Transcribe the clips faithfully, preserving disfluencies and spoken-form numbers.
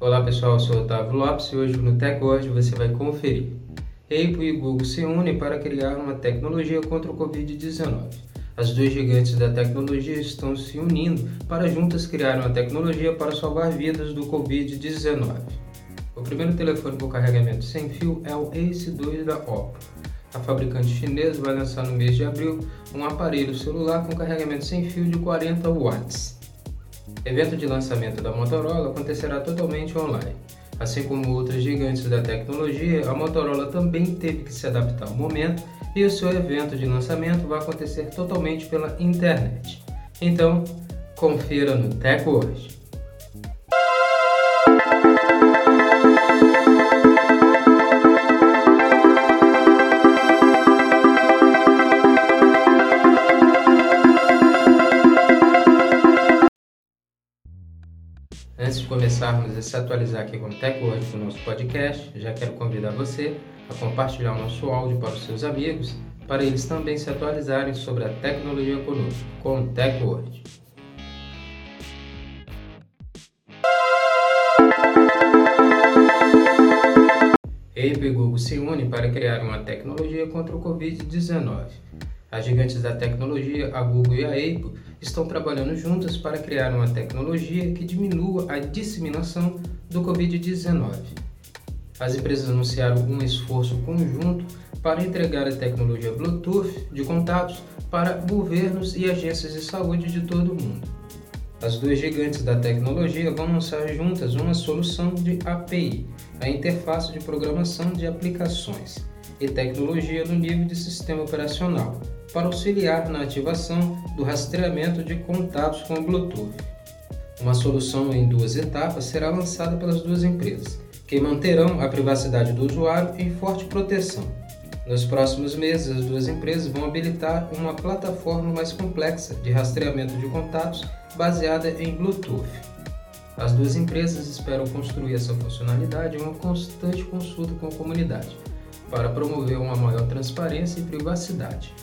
Olá pessoal, eu sou o Otávio Lopes e hoje no TechWord você vai conferir. Apple e Google se unem para criar uma tecnologia contra o covid dezenove. As duas gigantes da tecnologia estão se unindo para juntas criar uma tecnologia para salvar vidas do covid dezenove. O primeiro telefone com carregamento sem fio é o Ace dois da Oppo. A fabricante chinesa vai lançar no mês de abril um aparelho celular com carregamento sem fio de quarenta watts. O evento de lançamento da Motorola acontecerá totalmente online. Assim como outras gigantes da tecnologia, a Motorola também teve que se adaptar ao momento e o seu evento de lançamento vai acontecer totalmente pela internet. Então, confira no TechWord. Antes de começarmos a se atualizar aqui com o TechWord do nosso podcast, já quero convidar você a compartilhar o nosso áudio para os seus amigos, para eles também se atualizarem sobre a tecnologia conosco, com o TechWord. Apple e Google se unem para criar uma tecnologia contra o covid dezenove. As gigantes da tecnologia, a Google e a Apple, estão trabalhando juntas para criar uma tecnologia que diminua a disseminação do covid dezenove. As empresas anunciaram um esforço conjunto para entregar a tecnologia Bluetooth de contatos para governos e agências de saúde de todo o mundo. As duas gigantes da tecnologia vão lançar juntas uma solução de A P I, a interface de programação de aplicações, e tecnologia no nível de sistema operacional, para auxiliar na ativação do rastreamento de contatos com o Bluetooth. Uma solução em duas etapas será lançada pelas duas empresas, que manterão a privacidade do usuário em forte proteção. Nos próximos meses, as duas empresas vão habilitar uma plataforma mais complexa de rastreamento de contatos baseada em Bluetooth. As duas empresas esperam construir essa funcionalidade em uma constante consulta com a comunidade, para promover uma maior transparência e privacidade.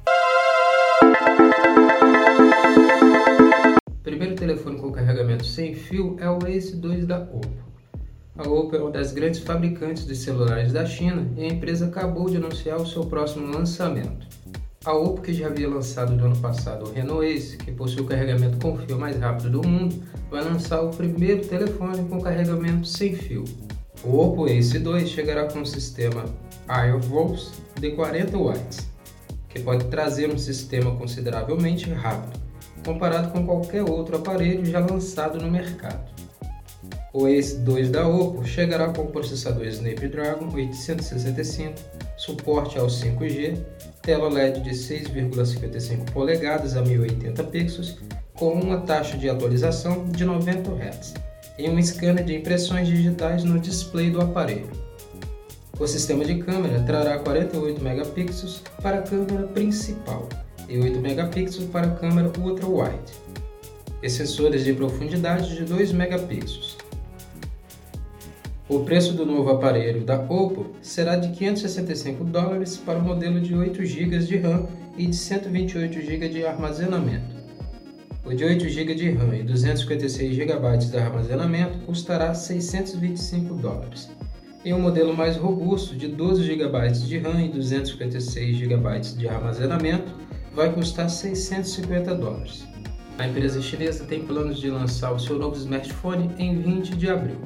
O primeiro telefone com carregamento sem fio é o Ace dois da Oppo. A Oppo é uma das grandes fabricantes de celulares da China e a empresa acabou de anunciar o seu próximo lançamento. A Oppo, que já havia lançado no ano passado o Reno Ace, que possui o carregamento com fio mais rápido do mundo, vai lançar o primeiro telefone com carregamento sem fio. O Oppo Ace dois chegará com um sistema iVoice de quarenta watts, que pode trazer um sistema consideravelmente rápido, comparado com qualquer outro aparelho já lançado no mercado. O Ace dois da Oppo chegará com o processador Snapdragon oitocentos e sessenta e cinco, suporte ao cinco G, tela L E D de seis vírgula cinquenta e cinco polegadas a mil e oitenta pixels, com uma taxa de atualização de noventa hertz e um scanner de impressões digitais no display do aparelho. O sistema de câmera trará quarenta e oito megapixels para a câmera principal e oito megapixels para a câmera ultra-wide, e sensores de profundidade de dois megapixels. O preço do novo aparelho da Oppo será de quinhentos e sessenta e cinco dólares para o modelo de oito gigas de RAM e de cento e vinte e oito gigas de armazenamento. O de oito gigas de RAM e duzentos e cinquenta e seis gigabytes de armazenamento custará seiscentos e vinte e cinco dólares. E o modelo mais robusto de doze gigabytes de RAM e duzentos e cinquenta e seis gigabytes de armazenamento vai custar seiscentos e cinquenta dólares. A empresa chinesa tem planos de lançar o seu novo smartphone em vinte de abril.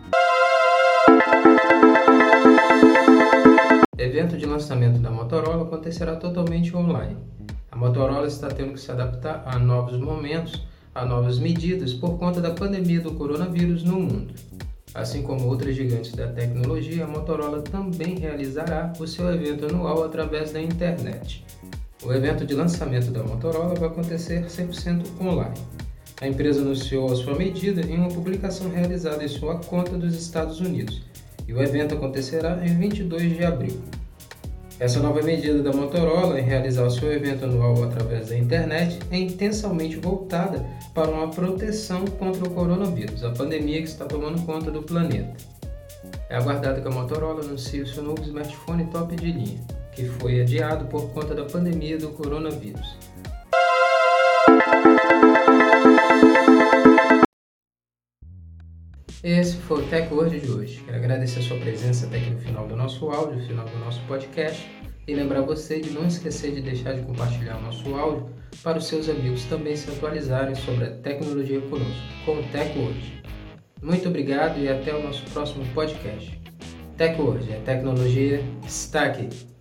O evento de lançamento da Motorola acontecerá totalmente online. A Motorola está tendo que se adaptar a novos momentos, a novas medidas por conta da pandemia do coronavírus no mundo. Assim como outras gigantes da tecnologia, a Motorola também realizará o seu evento anual através da internet. O evento de lançamento da Motorola vai acontecer cem por cento online. A empresa anunciou a sua medida em uma publicação realizada em sua conta dos Estados Unidos, e o evento acontecerá em vinte e dois de abril. Essa nova medida da Motorola em realizar o seu evento anual através da internet é intensamente voltada para uma proteção contra o coronavírus, a pandemia que está tomando conta do planeta. É aguardado que a Motorola anuncie o seu novo smartphone top de linha, que foi adiado por conta da pandemia do coronavírus. Esse foi o Tech Word de hoje. Quero agradecer a sua presença até aqui no final do nosso áudio, no final do nosso podcast, e lembrar você de não esquecer de deixar de compartilhar o nosso áudio para os seus amigos também se atualizarem sobre a tecnologia conosco, com o Tech Word. Muito obrigado e até o nosso próximo podcast. Tech Word, a tecnologia está aqui.